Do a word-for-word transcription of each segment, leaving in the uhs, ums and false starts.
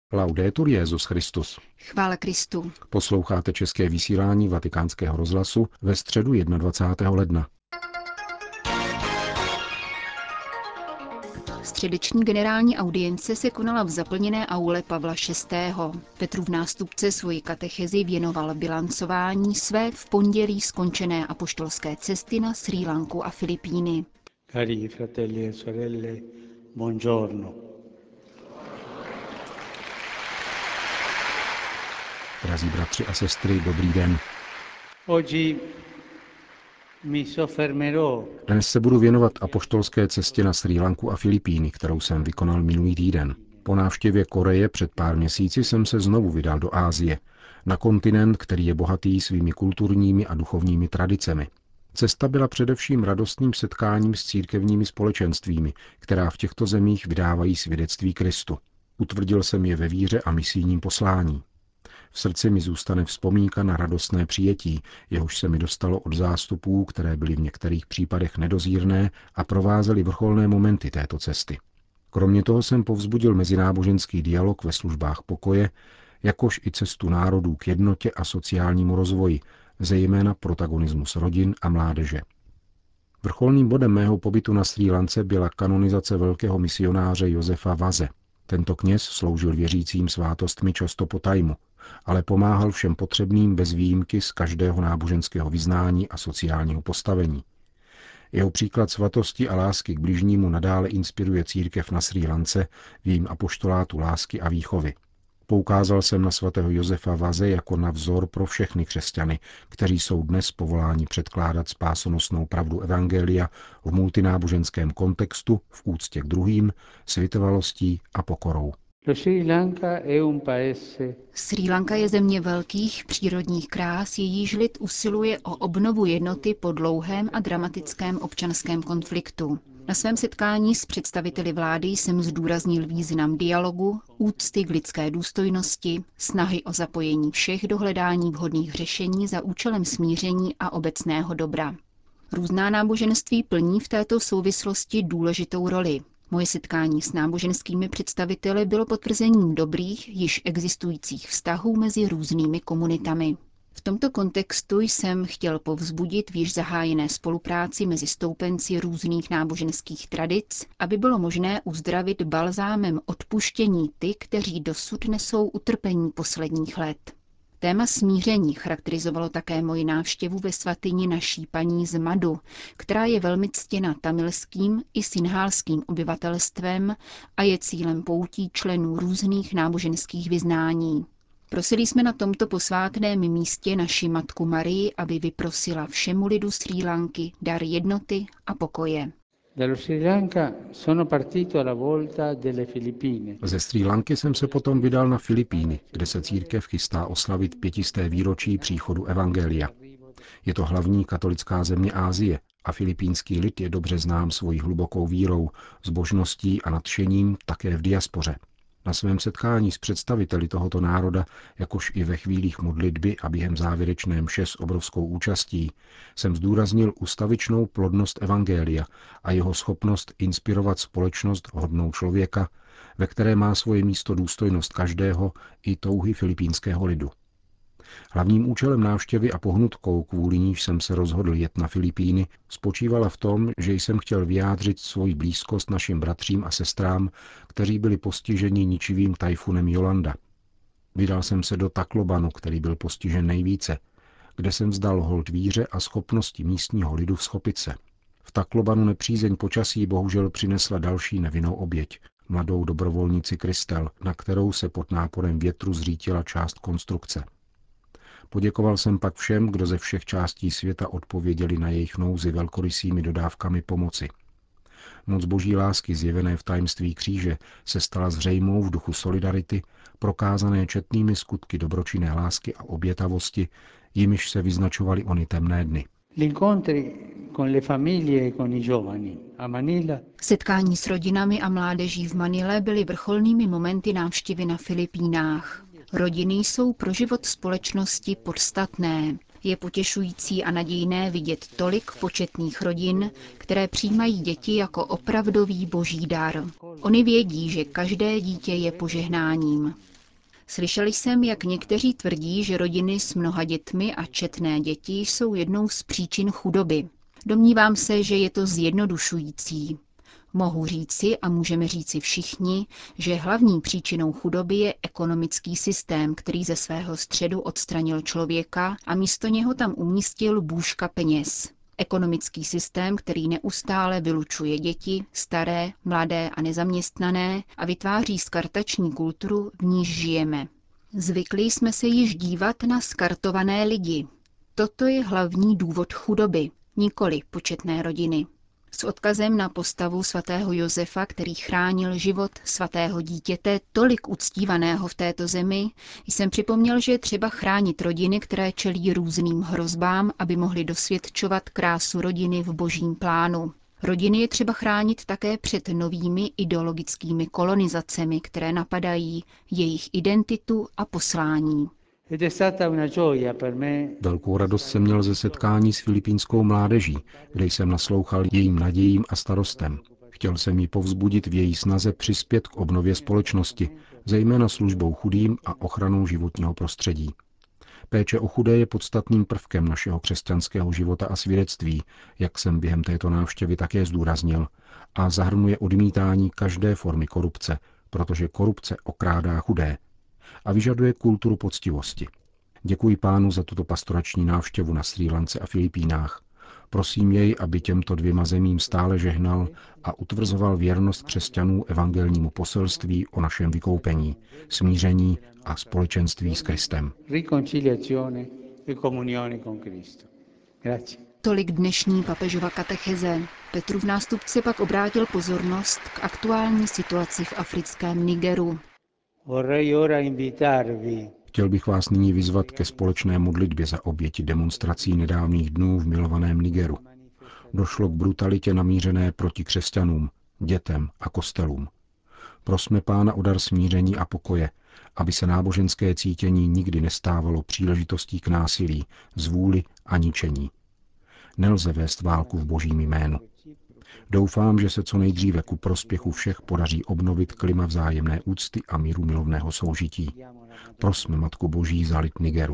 Laudetur Jesus Christus. Chvála Kristu. Posloucháte české vysílání Vatikánského rozhlasu ve středu dvacátého prvního ledna. Středeční generální audience se konala v zaplněné aule Pavla šestého. Petrův nástupce svoji katechezi věnoval bilancování své v pondělí skončené apoštolské cesty na Srí Lanku a Filipíny. Cari fratelli e sorelle, buongiorno. Drazí bratři a sestry, dobrý den. Oggi mi soffermerò. Dnes se budu věnovat apoštolské cestě na Srí Lanku a Filipíny, kterou jsem vykonal minulý týden. Po návštěvě Koreje před pár měsíci jsem se znovu vydal do Asie, na kontinent, který je bohatý svými kulturními a duchovními tradicemi. Cesta byla především radostným setkáním s církevními společenstvími, která v těchto zemích vydávají svědectví Kristu. Utvrdil jsem je ve víře a misijním poslání. V srdci mi zůstane vzpomínka na radostné přijetí, jehož se mi dostalo od zástupů, které byly v některých případech nedozírné a provázely vrcholné momenty této cesty. Kromě toho jsem povzbudil mezináboženský dialog ve službách pokoje, jakož i cestu národů k jednotě a sociálnímu rozvoji, zejména protagonismus rodin a mládeže. Vrcholným bodem mého pobytu na Srí Lance byla kanonizace velkého misionáře Josefa Vaze. Tento kněz sloužil věřícím svátostmi často po tajmu, ale pomáhal všem potřebným bez výjimky z každého náboženského vyznání a sociálního postavení. Jeho příklad svatosti a lásky k bližnímu nadále inspiruje církev na Srí Lance v jejím apoštolátu lásky a výchovy. Poukázal jsem na svatého Josefa Vaze jako na vzor pro všechny křesťany, kteří jsou dnes povoláni předkládat spásonosnou pravdu evangelia v multináboženském kontextu, v úctě k druhým, s vytrvalostí a pokorou. Srí Lanka je země velkých přírodních krás, jejíž lid usiluje o obnovu jednoty po dlouhém a dramatickém občanském konfliktu. Na svém setkání s představiteli vlády jsem zdůraznil význam dialogu, úcty k lidské důstojnosti, snahy o zapojení všech do hledání vhodných řešení za účelem smíření a obecného dobra. Různá náboženství plní v této souvislosti důležitou roli. Moje setkání s náboženskými představiteli bylo potvrzením dobrých, již existujících vztahů mezi různými komunitami. V tomto kontextu jsem chtěl povzbudit v již zahájené spolupráci mezi stoupenci různých náboženských tradic, aby bylo možné uzdravit balzámem odpuštění ty, kteří dosud nesou utrpení posledních let. Téma smíření charakterizovalo také moji návštěvu ve svatyni Naší Paní z Madu, která je velmi ctěna tamilským i sinhálským obyvatelstvem a je cílem poutí členů různých náboženských vyznání. Prosili jsme na tomto posvátném místě naši matku Marii, aby vyprosila všemu lidu Srí Lanky dar jednoty a pokoje. Ze Srí Lanky jsem se potom vydal na Filipíny, kde se církev chystá oslavit pětisté výročí příchodu evangelia. Je to hlavní katolická země Asie a filipínský lid je dobře znám svojí hlubokou vírou, zbožností a nadšením také v diaspoře. Na svém setkání s představiteli tohoto národa, jakož i ve chvílích modlitby a během závěrečné mše s obrovskou účastí, jsem zdůraznil ustavičnou plodnost evangelia a jeho schopnost inspirovat společnost hodnou člověka, ve které má svoje místo důstojnost každého i touhy filipínského lidu. Hlavním účelem návštěvy a pohnutkou, kvůli níž jsem se rozhodl jet na Filipíny, spočívala v tom, že jsem chtěl vyjádřit svoji blízkost našim bratřím a sestrám, kteří byli postiženi ničivým tajfunem Jolanda. Vydal jsem se do Taclobanu, který byl postižen nejvíce, kde jsem vzdal hold víře a schopnosti místního lidu vzchopit se. V Taclobanu nepřízeň počasí bohužel přinesla další nevinnou oběť, mladou dobrovolnici Kristel, na kterou se pod náporem větru zřítila část konstrukce. Poděkoval jsem pak všem, kdo ze všech částí světa odpověděli na jejich nouzi velkorysými dodávkami pomoci. Moc boží lásky zjevené v tajemství kříže se stala zřejmou v duchu solidarity, prokázané četnými skutky dobročinné lásky a obětavosti, jimiž se vyznačovaly ony temné dny. Setkání s rodinami a mládeží v Manile byly vrcholnými momenty návštěvy na Filipínách. Rodiny jsou pro život společnosti podstatné. Je potěšující a nadějné vidět tolik početných rodin, které přijímají děti jako opravdový boží dar. Oni vědí, že každé dítě je požehnáním. Slyšel jsem, jak někteří tvrdí, že rodiny s mnoha dětmi a četné děti jsou jednou z příčin chudoby. Domnívám se, že je to zjednodušující. Mohu říci a můžeme říci všichni, že hlavní příčinou chudoby je ekonomický systém, který ze svého středu odstranil člověka a místo něho tam umístil bůžka peněz. Ekonomický systém, který neustále vylučuje děti, staré, mladé a nezaměstnané a vytváří skartační kulturu, v níž žijeme. Zvykli jsme se již dívat na skartované lidi. Toto je hlavní důvod chudoby, nikoli početné rodiny. S odkazem na postavu svatého Josefa, který chránil život svatého dítěte, tolik uctívaného v této zemi, jsem připomněl, že je třeba chránit rodiny, které čelí různým hrozbám, aby mohly dosvědčovat krásu rodiny v božím plánu. Rodiny je třeba chránit také před novými ideologickými kolonizacemi, které napadají jejich identitu a poslání. Velkou radost jsem měl ze setkání s filipínskou mládeží, kde jsem naslouchal jejím nadějím a starostem. Chtěl jsem ji povzbudit v její snaze přispět k obnově společnosti, zejména službou chudým a ochranou životního prostředí. Péče o chudé je podstatným prvkem našeho křesťanského života a svědectví, jak jsem během této návštěvy také zdůraznil, a zahrnuje odmítání každé formy korupce, protože korupce okrádá chudé, a vyžaduje kulturu poctivosti. Děkuji Pánu za tuto pastorační návštěvu na Srí Lance a Filipínách. Prosím jej, aby těmto dvěma zemím stále žehnal a utvrzoval věrnost křesťanů evangelnímu poselství o našem vykoupení, smíření a společenství s Kristem. Tolik dnešní papežova katecheze. Petrův nástupce pak obrátil pozornost k aktuální situaci v africkém Nigeru. Chtěl bych vás nyní vyzvat ke společné modlitbě za oběti demonstrací nedávných dnů v milovaném Nigeru. Došlo k brutalitě namířené proti křesťanům, dětem a kostelům. Prosme Pána o dar smíření a pokoje, aby se náboženské cítění nikdy nestávalo příležitostí k násilí, zvůli a ničení. Nelze vést válku v Božím jménu. Doufám, že se co nejdříve ku prospěchu všech podaří obnovit klima vzájemné úcty a míru milovného soužití. Prosme Matku Boží za lid Nigeru.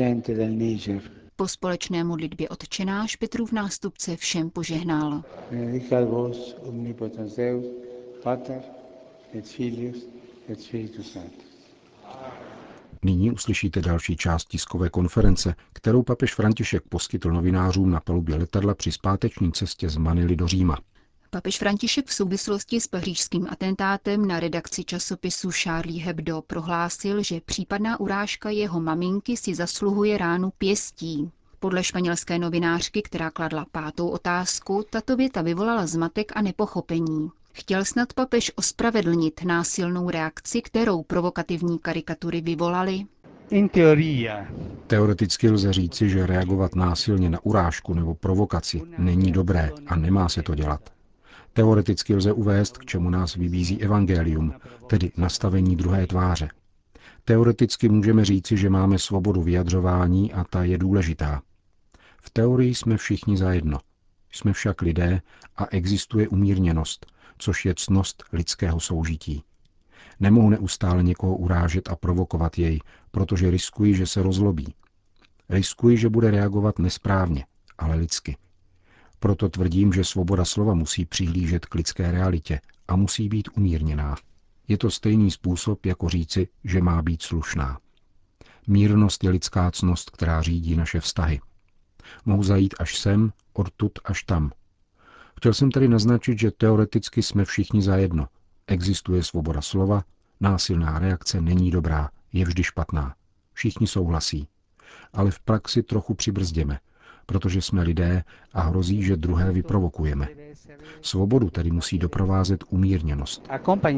Po společné modlitbě Otčenáš Petrův nástupce všem požehnal. Benedicat vos omnipotens Deus, Pater et Filius et Spiritus Sanctus. Nyní uslyšíte další část tiskové konference, kterou papež František poskytl novinářům na palubě letadla při zpáteční cestě z Manily do Říma. Papež František v souvislosti s pařížským atentátem na redakci časopisu Charlie Hebdo prohlásil, že případná urážka jeho maminky si zasluhuje ránu pěstí. Podle španělské novinářky, která kladla pátou otázku, tato věta vyvolala zmatek a nepochopení. Chtěl snad papež ospravedlnit násilnou reakci, kterou provokativní karikatury vyvolaly? Teoreticky lze říci, že reagovat násilně na urážku nebo provokaci není dobré a nemá se to dělat. Teoreticky lze uvést, k čemu nás vybízí evangelium, tedy nastavení druhé tváře. Teoreticky můžeme říci, že máme svobodu vyjadřování a ta je důležitá. V teorii jsme všichni zajedno. Jsme však lidé a existuje umírněnost, což je ctnost lidského soužití. Nemohu neustále někoho urážet a provokovat jej, protože riskuji, že se rozlobí. Riskuji, že bude reagovat nesprávně, ale lidsky. Proto tvrdím, že svoboda slova musí přihlížet k lidské realitě a musí být umírněná. Je to stejný způsob, jako říci, že má být slušná. Mírnost je lidská ctnost, která řídí naše vztahy. Mohu zajít až sem, odtud až tam. Chtěl jsem tedy naznačit, že teoreticky jsme všichni zajedno. Existuje svoboda slova, násilná reakce není dobrá, je vždy špatná. Všichni souhlasí. Ale v praxi trochu přibrzděme, protože jsme lidé a hrozí, že druhé vyprovokujeme. Svobodu tedy musí doprovázet umírněnost.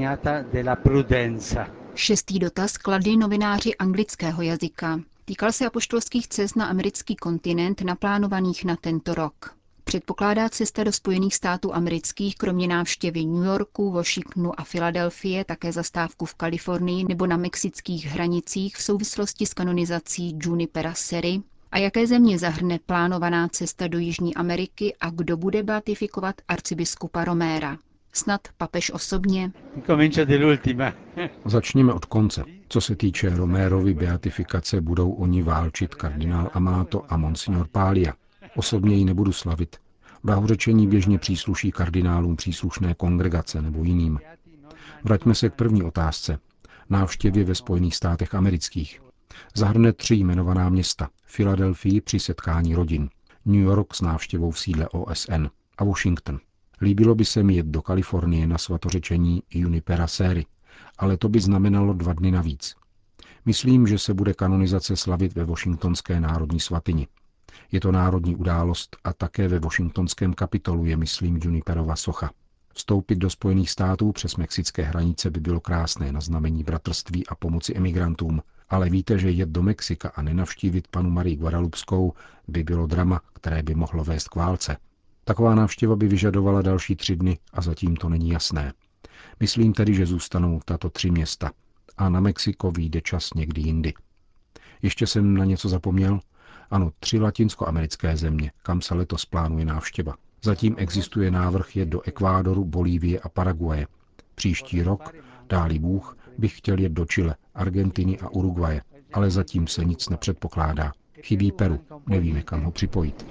Šestý dotaz kladli novináři anglického jazyka. Týkal se apoštolských cest na americký kontinent naplánovaných na tento rok. Předpokládá cesta do Spojených států amerických kromě návštěvy New Yorku, Washingtonu a Filadelfie také zastávku v Kalifornii nebo na mexických hranicích v souvislosti s kanonizací Junipera Serry? A jaké země zahrne plánovaná cesta do Jižní Ameriky a kdo bude beatifikovat arcibiskupa Roméra? Snad papež osobně? Začněme od konce. Co se týče Romérovy beatifikace, budou oni válčit kardinál Amato a monsignor Pália. Osobně ji nebudu slavit. Blahořečení běžně přísluší kardinálům příslušné kongregace nebo jiným. Vraťme se k první otázce. Návštěvě ve Spojených státech amerických. Zahrne tři jmenovaná města. Filadelfii při setkání rodin, New York s návštěvou v sídle O S N a Washington. Líbilo by se mi jet do Kalifornie na svatořečení Junipera Serry, ale to by znamenalo dva dny navíc. Myslím, že se bude kanonizace slavit ve Washingtonské národní svatyni. Je to národní událost a také ve Washingtonském kapitolu je, myslím, Juniperova socha. Vstoupit do Spojených států přes mexické hranice by bylo krásné na znamení bratrství a pomoci emigrantům, ale víte, že jet do Mexika a nenavštívit panu Marii Guadalupskou by bylo drama, které by mohlo vést k válce. Taková návštěva by vyžadovala další tři dny a zatím to není jasné. Myslím tedy, že zůstanou tato tři města a na Mexiko vyjde čas někdy jindy. Ještě jsem na něco zapomněl? Ano, tři latinskoamerické země, kam se letos plánuje návštěva. Zatím existuje návrh jet do Ekvádoru, Bolívie a Paraguaje. Příští rok, dá-li Bůh, bych chtěl jet do Chile, Argentiny a Uruguaye, ale zatím se nic nepředpokládá. Chybí Peru, nevíme, kam ho připojit.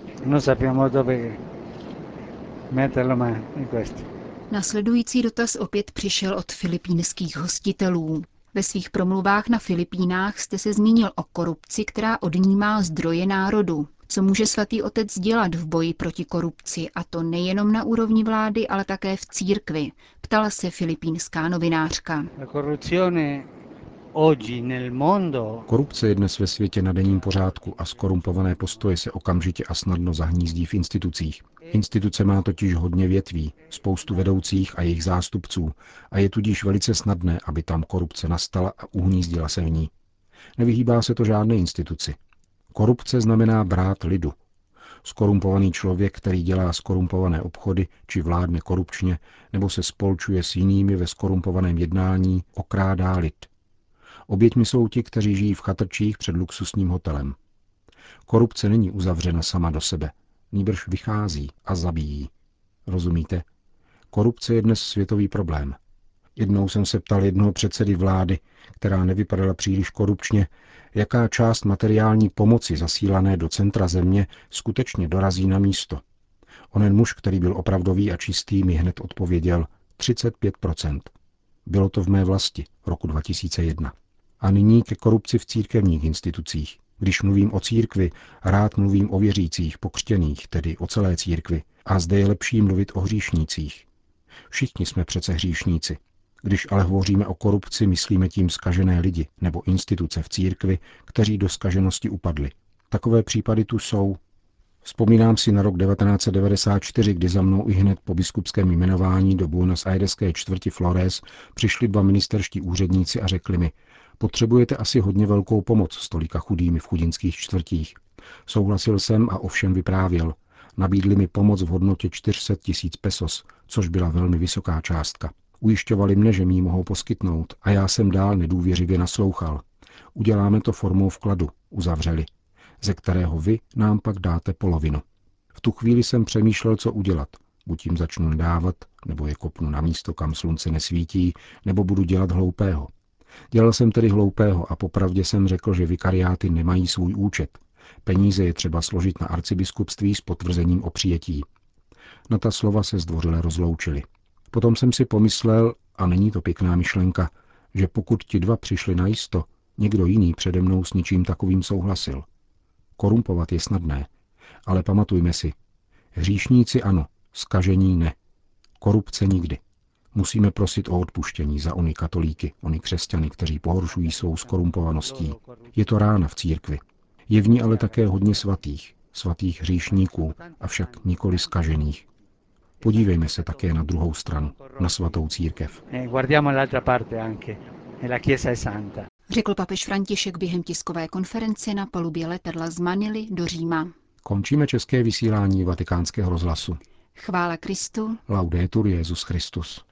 Nasledující dotaz opět přišel od filipínských hostitelů. Ve svých promluvách na Filipínách jste se zmínil o korupci, která odnímá zdroje národu. Co může svatý otec dělat v boji proti korupci, a to nejenom na úrovni vlády, ale také v církvi? Ptala se filipínská novinářka. Korupce je dnes ve světě na denním pořádku a skorumpované postoje se okamžitě a snadno zahnízdí v institucích. Instituce má totiž hodně větví, spoustu vedoucích a jejich zástupců a je tudíž velice snadné, aby tam korupce nastala a uhnízdila se v ní. Nevyhýbá se to žádné instituci. Korupce znamená brát lidu. Skorumpovaný člověk, který dělá skorumpované obchody, či vládne korupčně, nebo se spolčuje s jinými ve skorumpovaném jednání, okrádá lid. Oběťmi jsou ti, kteří žijí v chatrčích před luxusním hotelem. Korupce není uzavřena sama do sebe, nýbrž vychází a zabíjí. Rozumíte? Korupce je dnes světový problém. Jednou jsem se ptal jednoho předsedy vlády, která nevypadala příliš korupčně, jaká část materiální pomoci zasílané do centra země skutečně dorazí na místo. Onen muž, který byl opravdový a čistý, mi hned odpověděl třicet pět procent. Bylo to v mé vlasti, roku dva tisíce jedna. A nyní ke korupci v církevních institucích. Když mluvím o církvi, rád mluvím o věřících, pokřtěných, tedy o celé církvi. A zde je lepší mluvit o hříšnících. Všichni jsme přece hříšníci. Když ale hovoříme o korupci, myslíme tím zkažené lidi nebo instituce v církvi, kteří do zkaženosti upadli. Takové případy tu jsou. Vzpomínám si na rok devatenáct set devadesát čtyři, kdy za mnou i hned po biskupském jmenování do Buenos Aireské čtvrti Flores přišli dva ministerští úředníci a řekli mi: potřebujete asi hodně velkou pomoc s tolika chudými v chudinských čtvrtích. Souhlasil jsem a ovšem vyprávěl. Nabídli mi pomoc v hodnotě čtyři sta tisíc pesos, což byla velmi vysoká částka. Ujišťovali mne, že mi ji mohou poskytnout a já jsem dál nedůvěřivě naslouchal. Uděláme to formou vkladu, uzavřeli, ze kterého vy nám pak dáte polovinu. V tu chvíli jsem přemýšlel, co udělat. Buď jim začnu nedávat, nebo je kopnu na místo, kam slunce nesvítí, nebo budu dělat hloupého. Dělal jsem tedy hloupého a popravdě jsem řekl, že vikariáty nemají svůj účet. Peníze je třeba složit na arcibiskupství s potvrzením o přijetí. Na ta slova se zdvořile rozloučili. Potom jsem si pomyslel, a není to pěkná myšlenka, že pokud ti dva přišli najisto, někdo jiný přede mnou s ničím takovým souhlasil. Korumpovat je snadné, ale pamatujme si, hříšníci ano, zkažení ne, korupce nikdy. Musíme prosit o odpuštění za ony katolíky, ony křesťany, kteří pohoršují svou skorumpovaností. Je to rána v církvi. Je v ní ale také hodně svatých, svatých hříšníků, avšak nikoli zkažených. Podívejme se také na druhou stranu, na svatou církev. Řekl papež František během tiskové konference na palubě letadla z Manily do Říma. Končíme české vysílání Vatikánského rozhlasu. Chvála Kristu. Laudetur Jesus Christus.